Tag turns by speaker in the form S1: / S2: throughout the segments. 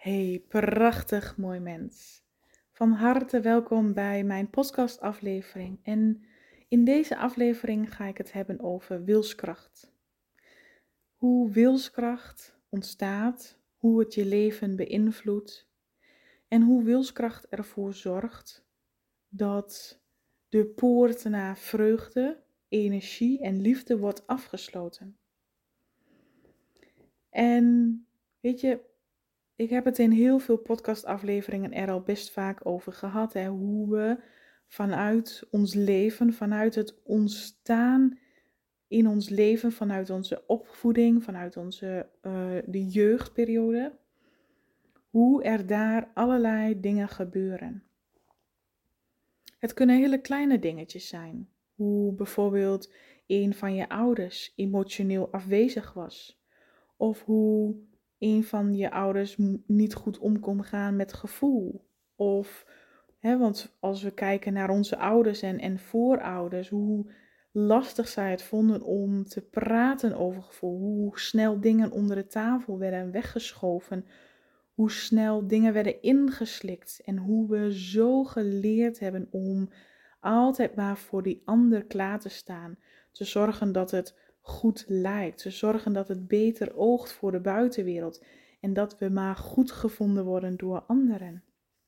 S1: Hey, prachtig mooi mens. Van harte welkom bij mijn podcastaflevering. En in deze aflevering ga ik het hebben over wilskracht. Hoe wilskracht ontstaat, hoe het je leven beïnvloedt en hoe wilskracht ervoor zorgt dat de poort naar vreugde, energie en liefde wordt afgesloten. En weet je, ik heb het in heel veel podcastafleveringen er al best vaak over gehad. Hoe we vanuit ons leven, vanuit het ontstaan in ons leven, vanuit onze opvoeding, vanuit de jeugdperiode, hoe er daar allerlei dingen gebeuren. Het kunnen hele kleine dingetjes zijn. Hoe bijvoorbeeld een van je ouders emotioneel afwezig was. Of hoe een van je ouders niet goed om kon gaan met gevoel. Of, want als we kijken naar onze ouders en voorouders, hoe lastig zij het vonden om te praten over gevoel. Hoe snel dingen onder de tafel werden weggeschoven. Hoe snel dingen werden ingeslikt. En hoe we zo geleerd hebben om altijd maar voor die ander klaar te staan. Te zorgen dat het goed lijkt. Te zorgen dat het beter oogt voor de buitenwereld. En dat we maar goed gevonden worden door anderen.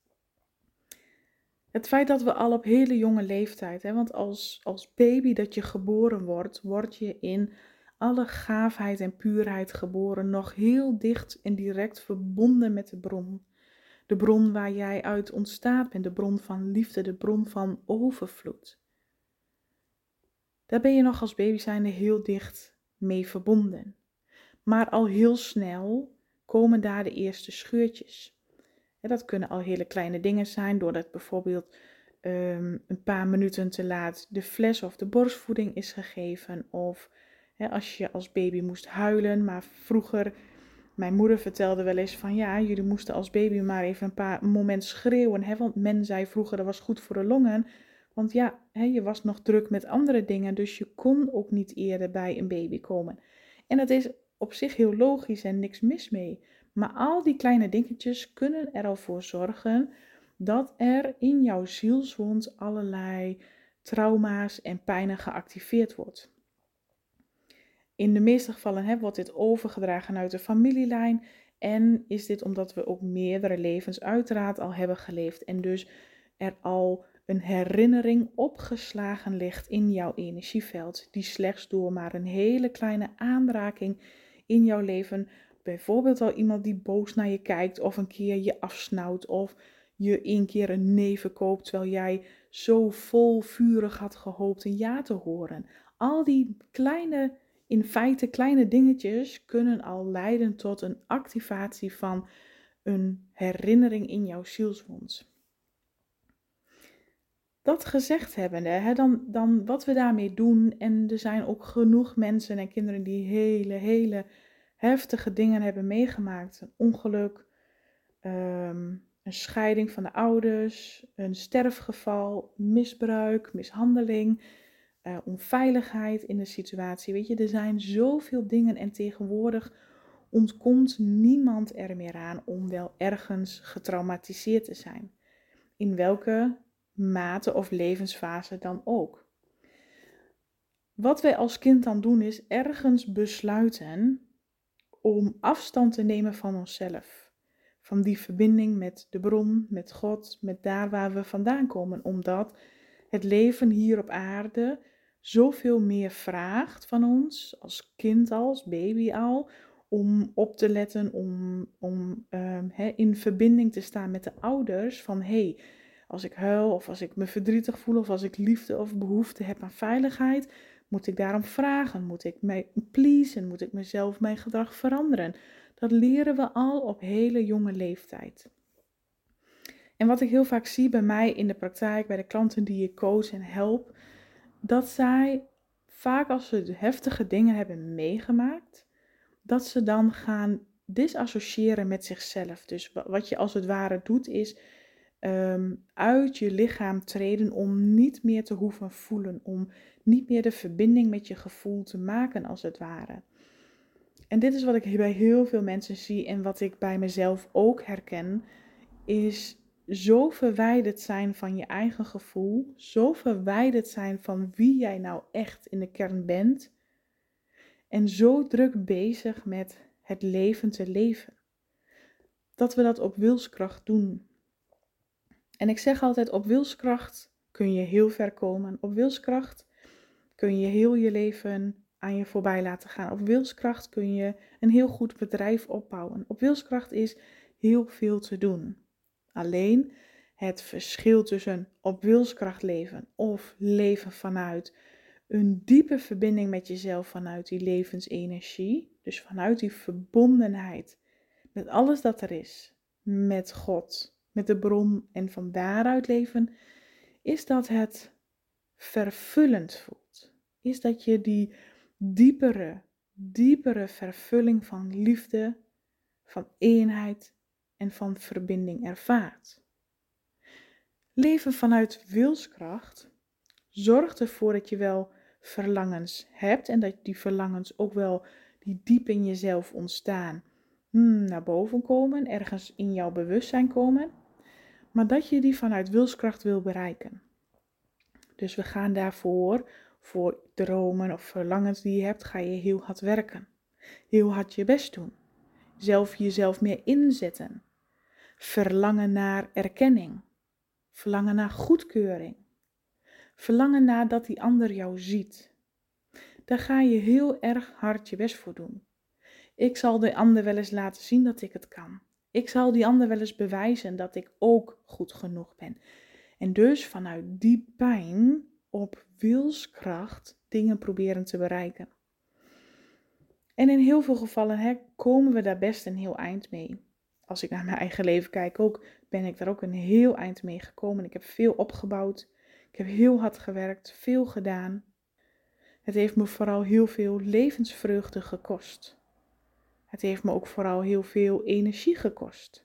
S1: Het feit dat we al op hele jonge leeftijd, want als baby dat je geboren wordt, word je in alle gaafheid en puurheid geboren. Nog heel dicht en direct verbonden met de bron. De bron waar jij uit ontstaat bent, de bron van liefde, de bron van overvloed. Daar ben je nog als baby zijnde heel dicht mee verbonden. Maar al heel snel komen daar de eerste scheurtjes. Dat kunnen al hele kleine dingen zijn, doordat bijvoorbeeld een paar minuten te laat de fles of de borstvoeding is gegeven. Of als je als baby moest huilen, maar vroeger, mijn moeder vertelde wel eens van ja, jullie moesten als baby maar even een moment schreeuwen. Want men zei vroeger dat was goed voor de longen. Want ja, je was nog druk met andere dingen, dus je kon ook niet eerder bij een baby komen. En dat is op zich heel logisch en niks mis mee. Maar al die kleine dingetjes kunnen er al voor zorgen dat er in jouw zielswond allerlei trauma's en pijnen geactiveerd wordt. In de meeste gevallen wordt dit overgedragen uit de familielijn en is dit omdat we ook meerdere levens uiteraard al hebben geleefd en dus er al een herinnering opgeslagen ligt in jouw energieveld, die slechts door maar een hele kleine aanraking in jouw leven, bijvoorbeeld al iemand die boos naar je kijkt of een keer je afsnauwt of je een keer een nee verkoopt terwijl jij zo vol vurig had gehoopt een ja te horen. Al die in feite kleine dingetjes kunnen al leiden tot een activatie van een herinnering in jouw zielswond. Dat gezegd hebbende, dan wat we daarmee doen, en er zijn ook genoeg mensen en kinderen die hele heftige dingen hebben meegemaakt. Een ongeluk, een scheiding van de ouders, een sterfgeval, misbruik, mishandeling, onveiligheid in de situatie. Weet je, er zijn zoveel dingen en tegenwoordig ontkomt niemand er meer aan om wel ergens getraumatiseerd te zijn. In welke mate of levensfase dan ook. Wat wij als kind dan doen is ergens besluiten om afstand te nemen van onszelf. Van die verbinding met de bron, met God, met daar waar we vandaan komen. Omdat het leven hier op aarde zoveel meer vraagt van ons, als kind al, als baby al, om op te letten, om in verbinding te staan met de ouders. Van als ik huil of als ik me verdrietig voel of als ik liefde of behoefte heb aan veiligheid, moet ik daarom vragen? Moet ik mij pleasen? Moet ik mezelf, mijn gedrag veranderen? Dat leren we al op hele jonge leeftijd. En wat ik heel vaak zie bij mij in de praktijk, bij de klanten die ik coach en help, dat zij vaak als ze heftige dingen hebben meegemaakt, dat ze dan gaan disassociëren met zichzelf. Dus wat je als het ware doet is uit je lichaam treden om niet meer te hoeven voelen, om niet meer de verbinding met je gevoel te maken als het ware. En dit is wat ik bij heel veel mensen zie en wat ik bij mezelf ook herken, is zo verwijderd zijn van je eigen gevoel, zo verwijderd zijn van wie jij nou echt in de kern bent en zo druk bezig met het leven te leven. Dat we dat op wilskracht doen. En ik zeg altijd, op wilskracht kun je heel ver komen. Op wilskracht kun je heel je leven aan je voorbij laten gaan. Op wilskracht kun je een heel goed bedrijf opbouwen. Op wilskracht is heel veel te doen. Alleen het verschil tussen op wilskracht leven of leven vanuit een diepe verbinding met jezelf, vanuit die levensenergie, dus vanuit die verbondenheid met alles dat er is, met God, met de bron en van daaruit leven, is dat het vervullend voelt. Is dat je die diepere vervulling van liefde, van eenheid en van verbinding ervaart. Leven vanuit wilskracht zorgt ervoor dat je wel verlangens hebt en dat die verlangens ook wel die diep in jezelf ontstaan, naar boven komen, ergens in jouw bewustzijn komen, maar dat je die vanuit wilskracht wil bereiken. Dus we gaan daarvoor, voor dromen of verlangens die je hebt, ga je heel hard werken. Heel hard je best doen. Jezelf meer inzetten. Verlangen naar erkenning. Verlangen naar goedkeuring. Verlangen naar dat die ander jou ziet. Daar ga je heel erg hard je best voor doen. Ik zal de ander wel eens laten zien dat ik het kan. Ik zal die ander wel eens bewijzen dat ik ook goed genoeg ben. En dus vanuit die pijn op wilskracht dingen proberen te bereiken. En in heel veel gevallen komen we daar best een heel eind mee. Als ik naar mijn eigen leven kijk ook, ben ik daar ook een heel eind mee gekomen. Ik heb veel opgebouwd. Ik heb heel hard gewerkt, veel gedaan. Het heeft me vooral heel veel levensvreugde gekost. Het heeft me ook vooral heel veel energie gekost.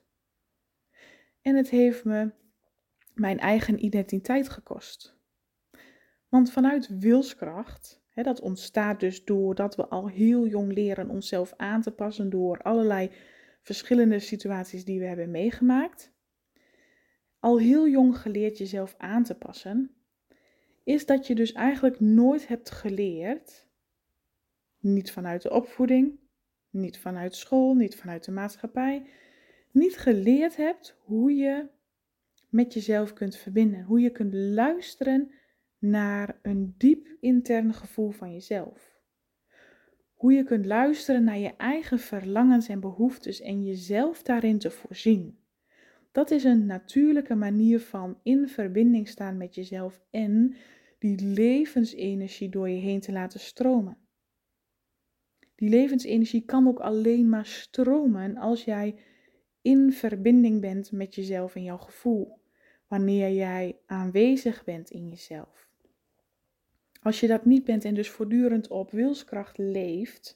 S1: En het heeft me mijn eigen identiteit gekost. Want vanuit wilskracht, dat ontstaat dus doordat we al heel jong leren onszelf aan te passen door allerlei verschillende situaties die we hebben meegemaakt. Al heel jong geleerd jezelf aan te passen, is dat je dus eigenlijk nooit hebt geleerd, niet vanuit de opvoeding, niet vanuit school, niet vanuit de maatschappij, niet geleerd hebt hoe je met jezelf kunt verbinden, hoe je kunt luisteren naar een diep intern gevoel van jezelf. Hoe je kunt luisteren naar je eigen verlangens en behoeftes en jezelf daarin te voorzien. Dat is een natuurlijke manier van in verbinding staan met jezelf en die levensenergie door je heen te laten stromen. Die levensenergie kan ook alleen maar stromen als jij in verbinding bent met jezelf en jouw gevoel. Wanneer jij aanwezig bent in jezelf. Als je dat niet bent en dus voortdurend op wilskracht leeft,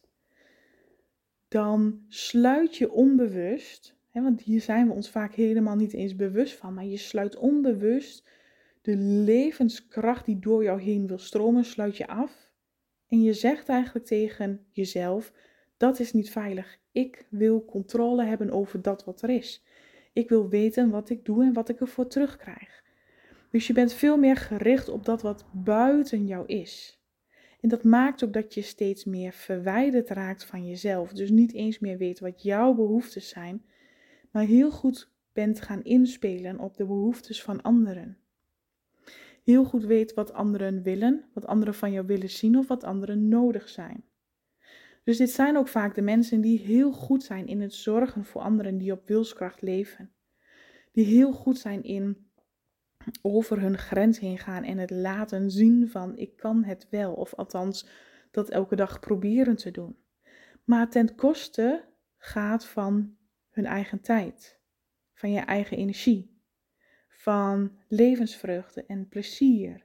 S1: dan sluit je onbewust, want hier zijn we ons vaak helemaal niet eens bewust van, maar je sluit onbewust de levenskracht die door jou heen wil stromen, sluit je af. En je zegt eigenlijk tegen jezelf, dat is niet veilig. Ik wil controle hebben over dat wat er is. Ik wil weten wat ik doe en wat ik ervoor terugkrijg. Dus je bent veel meer gericht op dat wat buiten jou is. En dat maakt ook dat je steeds meer verwijderd raakt van jezelf. Dus niet eens meer weet wat jouw behoeftes zijn, maar heel goed bent gaan inspelen op de behoeftes van anderen. Heel goed weet wat anderen willen, wat anderen van jou willen zien of wat anderen nodig zijn. Dus dit zijn ook vaak de mensen die heel goed zijn in het zorgen voor anderen die op wilskracht leven. Die heel goed zijn in over hun grens heen gaan en het laten zien van ik kan het wel. Of althans dat elke dag proberen te doen. Maar ten koste gaat van hun eigen tijd. Van je eigen energie. Van levensvreugde en plezier.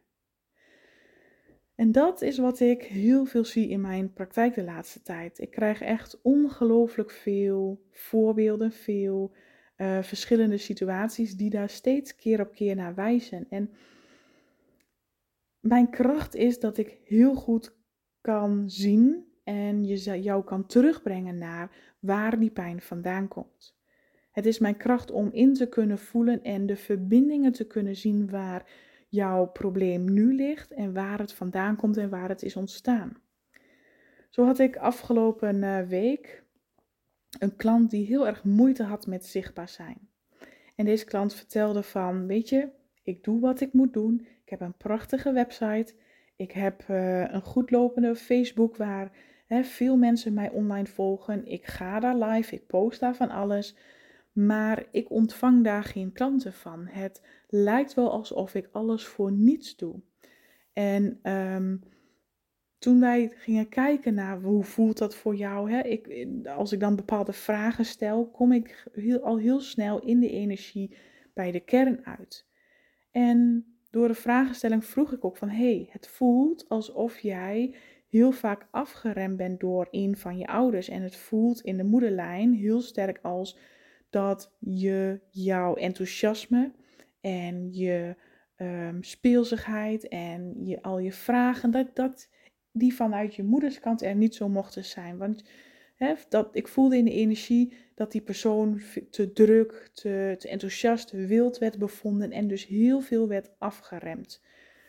S1: En dat is wat ik heel veel zie in mijn praktijk de laatste tijd. Ik krijg echt ongelooflijk veel voorbeelden, veel verschillende situaties die daar steeds keer op keer naar wijzen. En mijn kracht is dat ik heel goed kan zien en jou kan terugbrengen naar waar die pijn vandaan komt. Het is mijn kracht om in te kunnen voelen en de verbindingen te kunnen zien waar jouw probleem nu ligt en waar het vandaan komt en waar het is ontstaan. Zo had ik afgelopen week een klant die heel erg moeite had met zichtbaar zijn. En deze klant vertelde van, weet je, ik doe wat ik moet doen. Ik heb een prachtige website. Ik heb een goed lopende Facebook waar veel mensen mij online volgen. Ik ga daar live, ik post daar van alles. Maar ik ontvang daar geen klanten van. Het lijkt wel alsof ik alles voor niets doe. En toen wij gingen kijken naar hoe voelt dat voor jou, als ik dan bepaalde vragen stel, kom ik al heel snel in de energie bij de kern uit. En door de vragenstelling vroeg ik ook van, het voelt alsof jij heel vaak afgeremd bent door een van je ouders. En het voelt in de moederlijn heel sterk als dat jouw enthousiasme en je speelsigheid en al je vragen, dat die vanuit je moederskant er niet zo mochten zijn. Want ik voelde in de energie dat die persoon te druk, te enthousiast, te wild werd bevonden en dus heel veel werd afgeremd.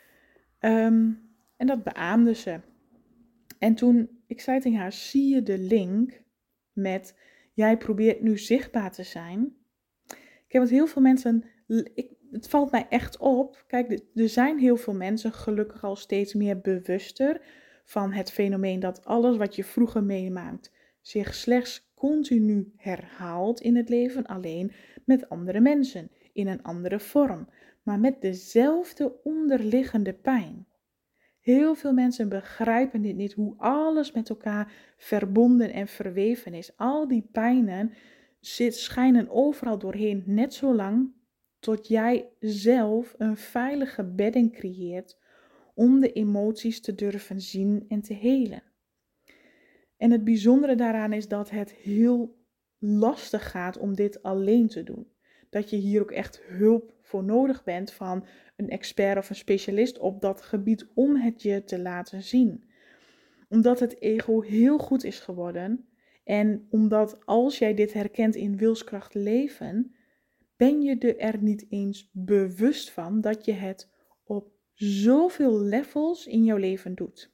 S1: En dat beaamde ze. En toen, ik zei tegen haar, zie je de link met jij probeert nu zichtbaar te zijn? Ik heb met heel veel mensen, het valt mij echt op. Kijk, er zijn heel veel mensen gelukkig al steeds meer bewuster van het fenomeen dat alles wat je vroeger meemaakt zich slechts continu herhaalt in het leven, alleen met andere mensen, in een andere vorm, maar met dezelfde onderliggende pijn. Heel veel mensen begrijpen dit niet, hoe alles met elkaar verbonden en verweven is. Al die pijnen schijnen overal doorheen, net zo lang tot jij zelf een veilige bedding creëert om de emoties te durven zien en te helen. En het bijzondere daaraan is dat het heel lastig gaat om dit alleen te doen. Dat je hier ook echt hulp voor nodig bent van een expert of een specialist op dat gebied om het je te laten zien. Omdat het ego heel goed is geworden en omdat als jij dit herkent in wilskracht leven, ben je er niet eens bewust van dat je het op zoveel levels in jouw leven doet.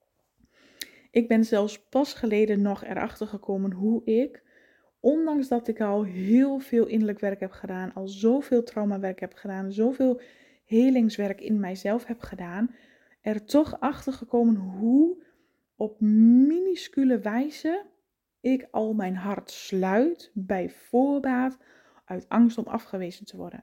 S1: Ik ben zelfs pas geleden nog erachter gekomen hoe ik, ondanks dat ik al heel veel innerlijk werk heb gedaan, al zoveel traumawerk heb gedaan, zoveel helingswerk in mijzelf heb gedaan, er toch achter gekomen hoe op minuscule wijze ik al mijn hart sluit bij voorbaat uit angst om afgewezen te worden.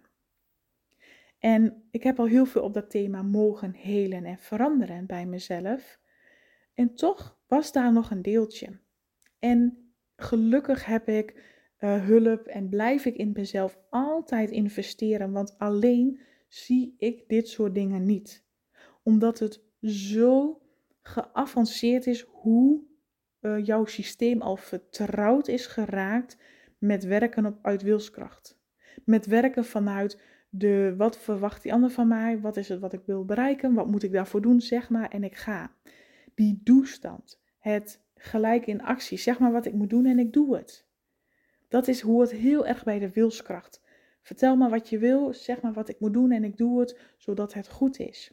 S1: En ik heb al heel veel op dat thema mogen helen en veranderen bij mezelf. En toch was daar nog een deeltje. En gelukkig heb ik hulp en blijf ik in mezelf altijd investeren, want alleen zie ik dit soort dingen niet. Omdat het zo geavanceerd is hoe jouw systeem al vertrouwd is geraakt met werken uit wilskracht. Met werken vanuit wat verwacht die ander van mij, wat is het wat ik wil bereiken, wat moet ik daarvoor doen, zeg maar, en ik ga. Die doestand, het gelijk in actie, zeg maar wat ik moet doen en ik doe het. Dat is hoe het heel erg bij de wilskracht. Vertel me wat je wil, zeg maar wat ik moet doen en ik doe het, zodat het goed is.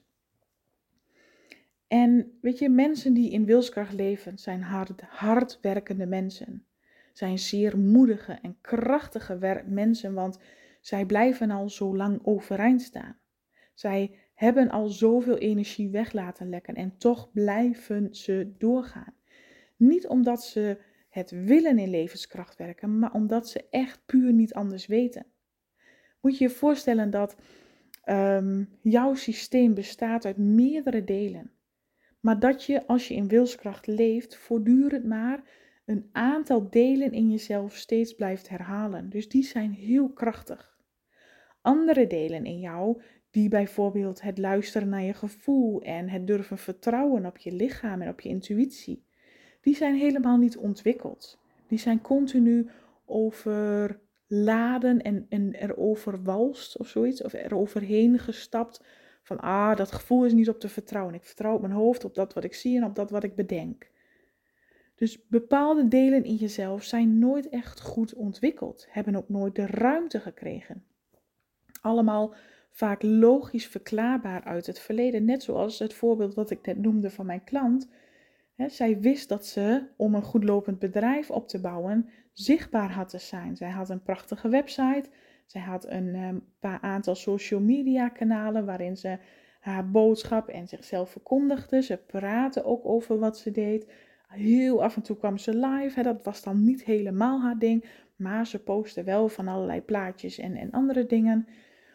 S1: En weet je, mensen die in wilskracht leven zijn hardwerkende mensen. Zijn zeer moedige en krachtige mensen, want zij blijven al zo lang overeind staan. Zij hebben al zoveel energie weg laten lekken en toch blijven ze doorgaan. Niet omdat ze het willen in levenskracht werken, maar omdat ze echt puur niet anders weten. Moet je je voorstellen dat jouw systeem bestaat uit meerdere delen. Maar dat je, als je in wilskracht leeft, voortdurend maar een aantal delen in jezelf steeds blijft herhalen. Dus die zijn heel krachtig. Andere delen in jou, die bijvoorbeeld het luisteren naar je gevoel en het durven vertrouwen op je lichaam en op je intuïtie, die zijn helemaal niet ontwikkeld. Die zijn continu overladen en erover walst of zoiets, of eroverheen gestapt. Van dat gevoel is niet op te vertrouwen. Ik vertrouw op mijn hoofd, op dat wat ik zie en op dat wat ik bedenk. Dus bepaalde delen in jezelf zijn nooit echt goed ontwikkeld, hebben ook nooit de ruimte gekregen. Allemaal vaak logisch verklaarbaar uit het verleden. Net zoals het voorbeeld wat ik net noemde van mijn klant. Zij wist dat ze, om een goed lopend bedrijf op te bouwen, zichtbaar had te zijn. Zij had een prachtige website. Zij had een paar aantal social media kanalen waarin ze haar boodschap en zichzelf verkondigde. Ze praatte ook over wat ze deed. Heel af en toe kwam ze live. Dat was dan niet helemaal haar ding. Maar ze postte wel van allerlei plaatjes en andere dingen.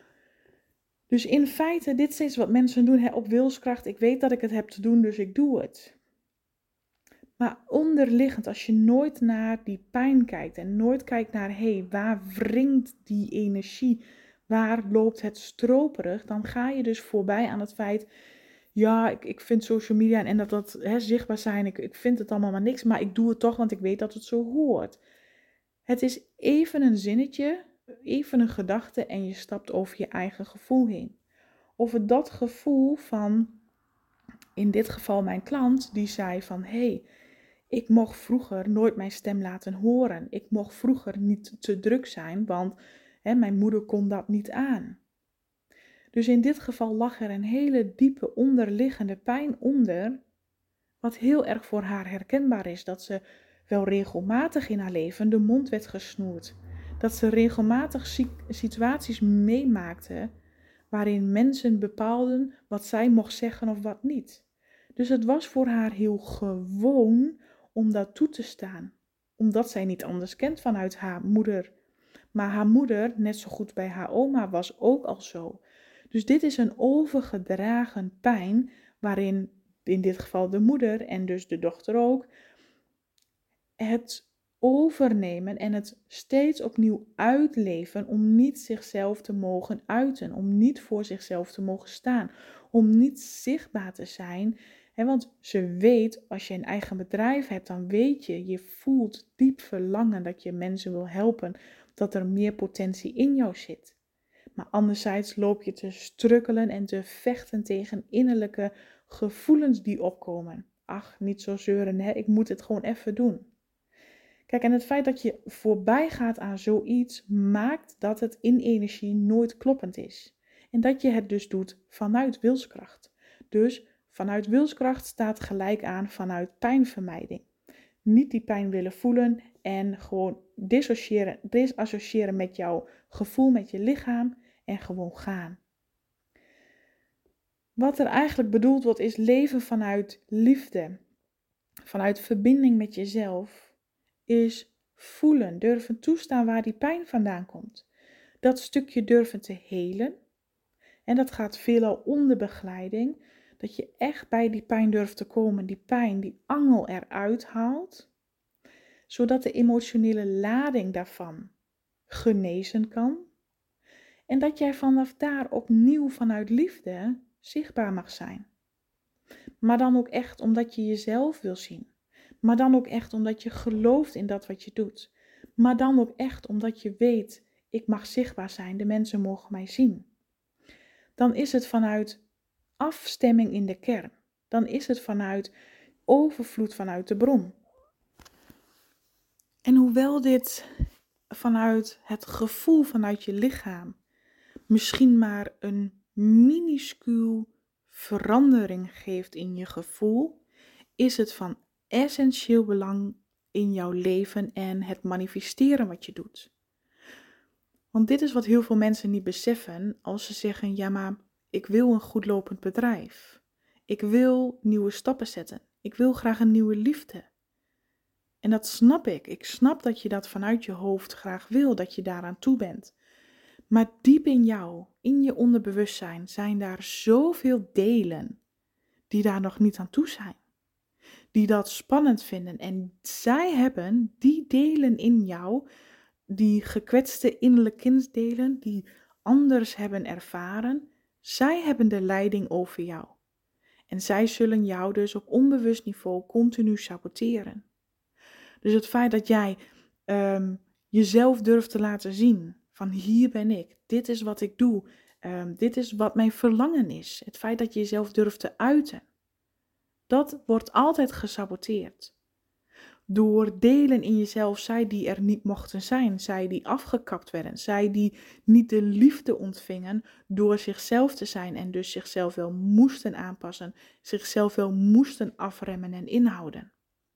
S1: Dus in feite, dit is wat mensen doen op wilskracht. Ik weet dat ik het heb te doen, dus ik doe het. Maar onderliggend, als je nooit naar die pijn kijkt en nooit kijkt naar, waar wringt die energie? Waar loopt het stroperig? Dan ga je dus voorbij aan het feit, ja, ik vind social media en dat zichtbaar zijn, ik vind het allemaal maar niks, maar ik doe het toch, want ik weet dat het zo hoort. Het is even een zinnetje, even een gedachte en je stapt over je eigen gevoel heen. Over dat gevoel van, in dit geval mijn klant, die zei van, ik mocht vroeger nooit mijn stem laten horen. Ik mocht vroeger niet te druk zijn, want mijn moeder kon dat niet aan. Dus in dit geval lag er een hele diepe onderliggende pijn onder, wat heel erg voor haar herkenbaar is. Dat ze wel regelmatig in haar leven de mond werd gesnoerd. Dat ze regelmatig situaties meemaakte waarin mensen bepaalden wat zij mocht zeggen of wat niet. Dus het was voor haar heel gewoon om dat toe te staan. Omdat zij niet anders kent vanuit haar moeder. Maar haar moeder, net zo goed bij haar oma, was ook al zo. Dus dit is een overgedragen pijn waarin in dit geval de moeder en dus de dochter ook het overnemen en het steeds opnieuw uitleven om niet zichzelf te mogen uiten, om niet voor zichzelf te mogen staan, om niet zichtbaar te zijn. Want ze weet, als je een eigen bedrijf hebt, dan weet je voelt diep verlangen dat je mensen wil helpen, dat er meer potentie in jou zit. Maar anderzijds loop je te strukkelen en te vechten tegen innerlijke gevoelens die opkomen. Ach, niet zo zeuren, ik moet het gewoon even doen. Kijk, en het feit dat je voorbij gaat aan zoiets, maakt dat het in energie nooit kloppend is. En dat je het dus doet vanuit wilskracht. Dus vanuit wilskracht staat gelijk aan vanuit pijnvermijding. Niet die pijn willen voelen en gewoon disassociëren met jouw gevoel, met je lichaam en gewoon gaan. Wat er eigenlijk bedoeld wordt is leven vanuit liefde, vanuit verbinding met jezelf. Is voelen, durven toestaan waar die pijn vandaan komt. Dat stukje durven te helen. En dat gaat veelal onder begeleiding. Dat je echt bij die pijn durft te komen. Die pijn, die angel eruit haalt. Zodat de emotionele lading daarvan genezen kan. En dat jij vanaf daar opnieuw vanuit liefde zichtbaar mag zijn. Maar dan ook echt omdat je jezelf wil zien. Maar dan ook echt omdat je gelooft in dat wat je doet. Maar dan ook echt omdat je weet, ik mag zichtbaar zijn, de mensen mogen mij zien. Dan is het vanuit afstemming in de kern. Dan is het vanuit overvloed vanuit de bron. En hoewel dit vanuit het gevoel vanuit je lichaam misschien maar een minuscuul verandering geeft in je gevoel, is het van essentieel belang in jouw leven en het manifesteren wat je doet. Want dit is wat heel veel mensen niet beseffen als ze zeggen, ja maar ik wil een goed lopend bedrijf. Ik wil nieuwe stappen zetten. Ik wil graag een nieuwe liefde. En dat snap ik. Ik snap dat je dat vanuit je hoofd graag wil, dat je daaraan toe bent. Maar diep in jou, in je onderbewustzijn, zijn daar zoveel delen die daar nog niet aan toe zijn. Die dat spannend vinden. En zij hebben die delen in jou, die gekwetste innerlijke kindsdelen, die anders hebben ervaren, zij hebben de leiding over jou. En zij zullen jou dus op onbewust niveau continu saboteren. Dus het feit dat jij jezelf durft te laten zien, van hier ben ik, dit is wat ik doe, dit is wat mijn verlangen is. Het feit dat je jezelf durft te uiten. Dat wordt altijd gesaboteerd. Door delen in jezelf, zij die er niet mochten zijn, zij die afgekapt werden, zij die niet de liefde ontvingen door zichzelf te zijn en dus zichzelf wel moesten aanpassen, zichzelf wel moesten afremmen en inhouden.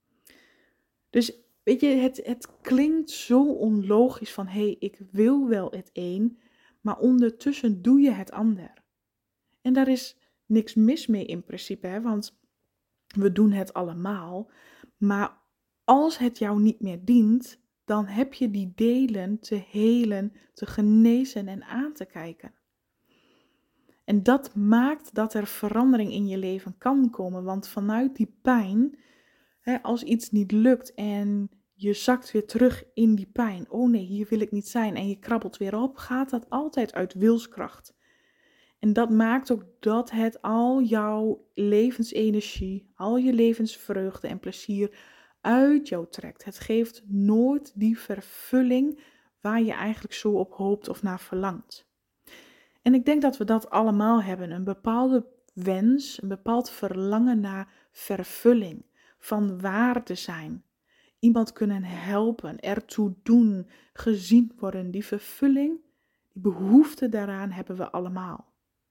S1: Dus weet je, het klinkt zo onlogisch van hé, ik wil wel het een, maar ondertussen doe je het ander. En daar is niks mis mee in principe, hè, want we doen het allemaal. Maar als het jou niet meer dient, dan heb je die delen te helen, te genezen en aan te kijken. En dat maakt dat er verandering in je leven kan komen, want vanuit die pijn, als iets niet lukt en je zakt weer terug in die pijn. Oh nee, hier wil ik niet zijn. En je krabbelt weer op. Gaat dat altijd uit wilskracht. En dat maakt ook dat het al jouw levensenergie, al je levensvreugde en plezier uit jou trekt. Het geeft nooit die vervulling waar je eigenlijk zo op hoopt of naar verlangt. En ik denk dat we dat allemaal hebben. Een bepaalde wens, een bepaald verlangen naar vervulling, van waarde zijn. Iemand kunnen helpen, ertoe doen, gezien worden. Die vervulling, die behoefte daaraan hebben we allemaal.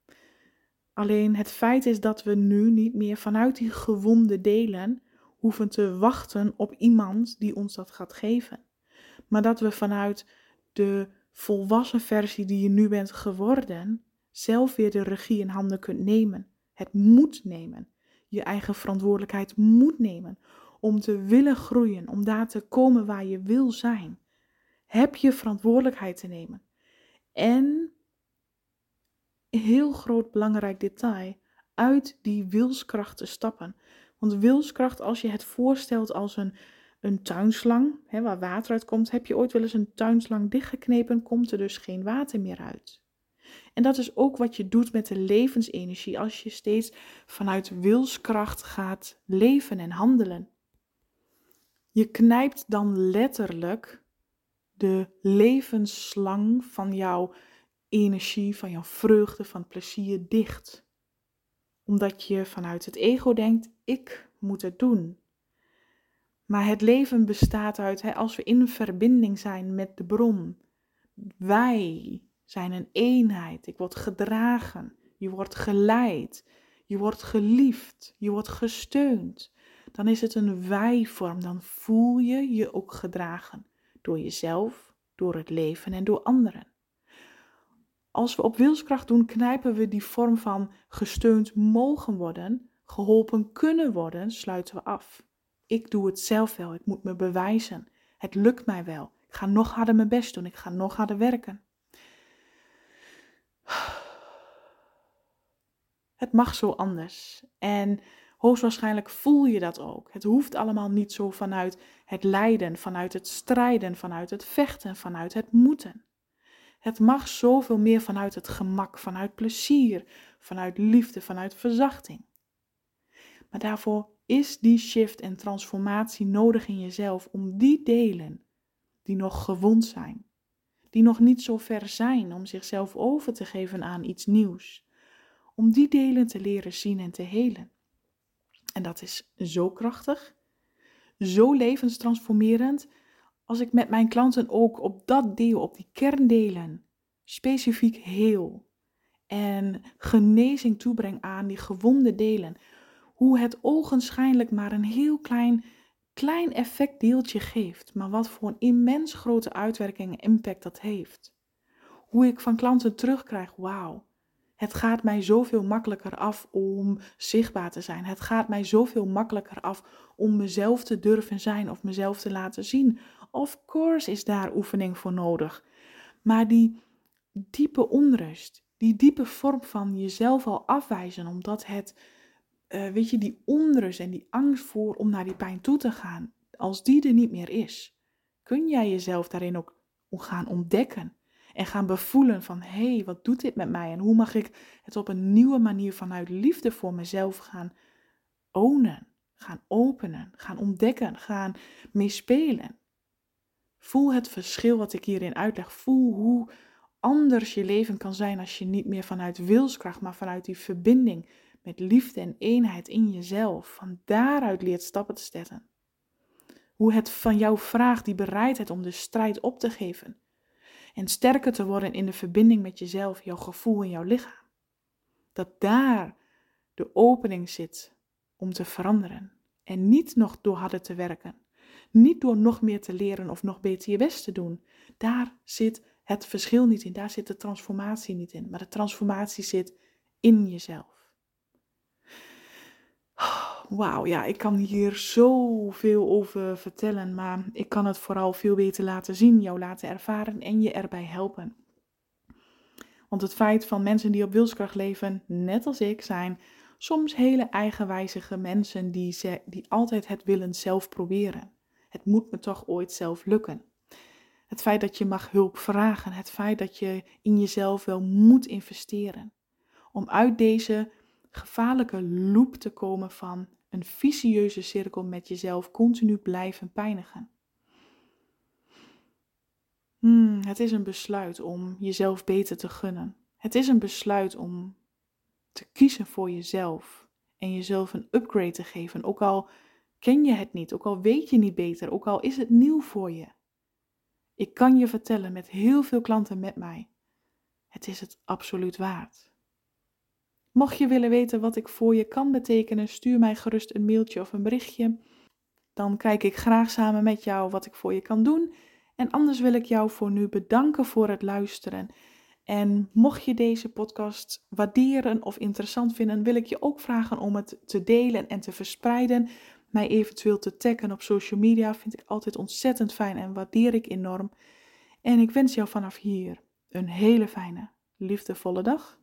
S1: Alleen het feit is dat we nu niet meer vanuit die gewonde delen hoeven te wachten op iemand die ons dat gaat geven. Maar dat we vanuit de volwassen versie die je nu bent geworden, zelf weer de regie in handen kunt nemen. Het moet nemen. Je eigen verantwoordelijkheid moet nemen. Om te willen groeien, om daar te komen waar je wil zijn. Heb je verantwoordelijkheid te nemen. En, heel groot belangrijk detail, uit die wilskracht te stappen. Want wilskracht, als je het voorstelt als een tuinslang, waar water uit komt. Heb je ooit wel eens een tuinslang dichtgeknepen, komt er dus geen water meer uit. En dat is ook wat je doet met de levensenergie als je steeds vanuit wilskracht gaat leven en handelen. Je knijpt dan letterlijk de levensslang van jouw energie, van jouw vreugde, van plezier dicht. Omdat je vanuit het ego denkt, ik moet het doen. Maar het leven bestaat uit, als we in verbinding zijn met de bron. Wij zijn een eenheid. Ik word gedragen. Je wordt geleid. Je wordt geliefd. Je wordt gesteund. Dan is het een wij-vorm. Dan voel je je ook gedragen. Door jezelf, door het leven en door anderen. Als we op wilskracht doen, knijpen we die vorm van gesteund mogen worden, geholpen kunnen worden, sluiten we af. Ik doe het zelf wel, ik moet me bewijzen. Het lukt mij wel. Ik ga nog harder mijn best doen, ik ga nog harder werken. Het mag zo anders. En hoogstwaarschijnlijk voel je dat ook. Het hoeft allemaal niet zo vanuit het lijden, vanuit het strijden, vanuit het vechten, vanuit het moeten. Het mag zoveel meer vanuit het gemak, vanuit plezier, vanuit liefde, vanuit verzachting. Maar daarvoor is die shift en transformatie nodig in jezelf om die delen die nog gewond zijn, die nog niet zo ver zijn om zichzelf over te geven aan iets nieuws, om die delen te leren zien en te helen. En dat is zo krachtig, zo levenstransformerend, als ik met mijn klanten ook op dat deel, op die kerndelen, specifiek heel en genezing toebreng aan die gewonde delen. Hoe het ogenschijnlijk maar een heel klein effectdeeltje geeft, maar wat voor een immens grote uitwerking en impact dat heeft. Hoe ik van klanten terugkrijg, wauw, het gaat mij zoveel makkelijker af om zichtbaar te zijn. Het gaat mij zoveel makkelijker af om mezelf te durven zijn of mezelf te laten zien. Of course is daar oefening voor nodig. Maar die diepe onrust, die diepe vorm van jezelf al afwijzen, omdat het, die onrust en die angst voor om naar die pijn toe te gaan, als die er niet meer is, kun jij jezelf daarin ook gaan ontdekken. En gaan bevoelen van, hé, wat doet dit met mij? En hoe mag ik het op een nieuwe manier vanuit liefde voor mezelf gaan ownen, gaan openen, gaan ontdekken, gaan meespelen. Voel het verschil wat ik hierin uitleg. Voel hoe anders je leven kan zijn als je niet meer vanuit wilskracht, maar vanuit die verbinding met liefde en eenheid in jezelf, van daaruit leert stappen te zetten. Hoe het van jou vraagt die bereidheid om de strijd op te geven. En sterker te worden in de verbinding met jezelf, jouw gevoel en jouw lichaam. Dat daar de opening zit om te veranderen. En niet nog door harder te werken. Niet door nog meer te leren of nog beter je best te doen. Daar zit het verschil niet in. Daar zit de transformatie niet in. Maar de transformatie zit in jezelf. Wauw, ja, ik kan hier zoveel over vertellen. Maar ik kan het vooral veel beter laten zien, jou laten ervaren en je erbij helpen. Want het feit van mensen die op wilskracht leven, net als ik, zijn soms hele eigenwijzige mensen die altijd het willen zelf proberen. Het moet me toch ooit zelf lukken. Het feit dat je mag hulp vragen, het feit dat je in jezelf wel moet investeren. Om uit deze gevaarlijke loop te komen van een vicieuze cirkel met jezelf continu blijven pijnigen. Het is een besluit om jezelf beter te gunnen. Het is een besluit om te kiezen voor jezelf en jezelf een upgrade te geven. Ook al ken je het niet, ook al weet je niet beter, ook al is het nieuw voor je. Ik kan je vertellen met heel veel klanten met mij, het is het absoluut waard. Mocht je willen weten wat ik voor je kan betekenen, stuur mij gerust een mailtje of een berichtje. Dan kijk ik graag samen met jou wat ik voor je kan doen. En anders wil ik jou voor nu bedanken voor het luisteren. En mocht je deze podcast waarderen of interessant vinden, wil ik je ook vragen om het te delen en te verspreiden. Mij eventueel te taggen op social media vind ik altijd ontzettend fijn en waardeer ik enorm. En ik wens jou vanaf hier een hele fijne, liefdevolle dag.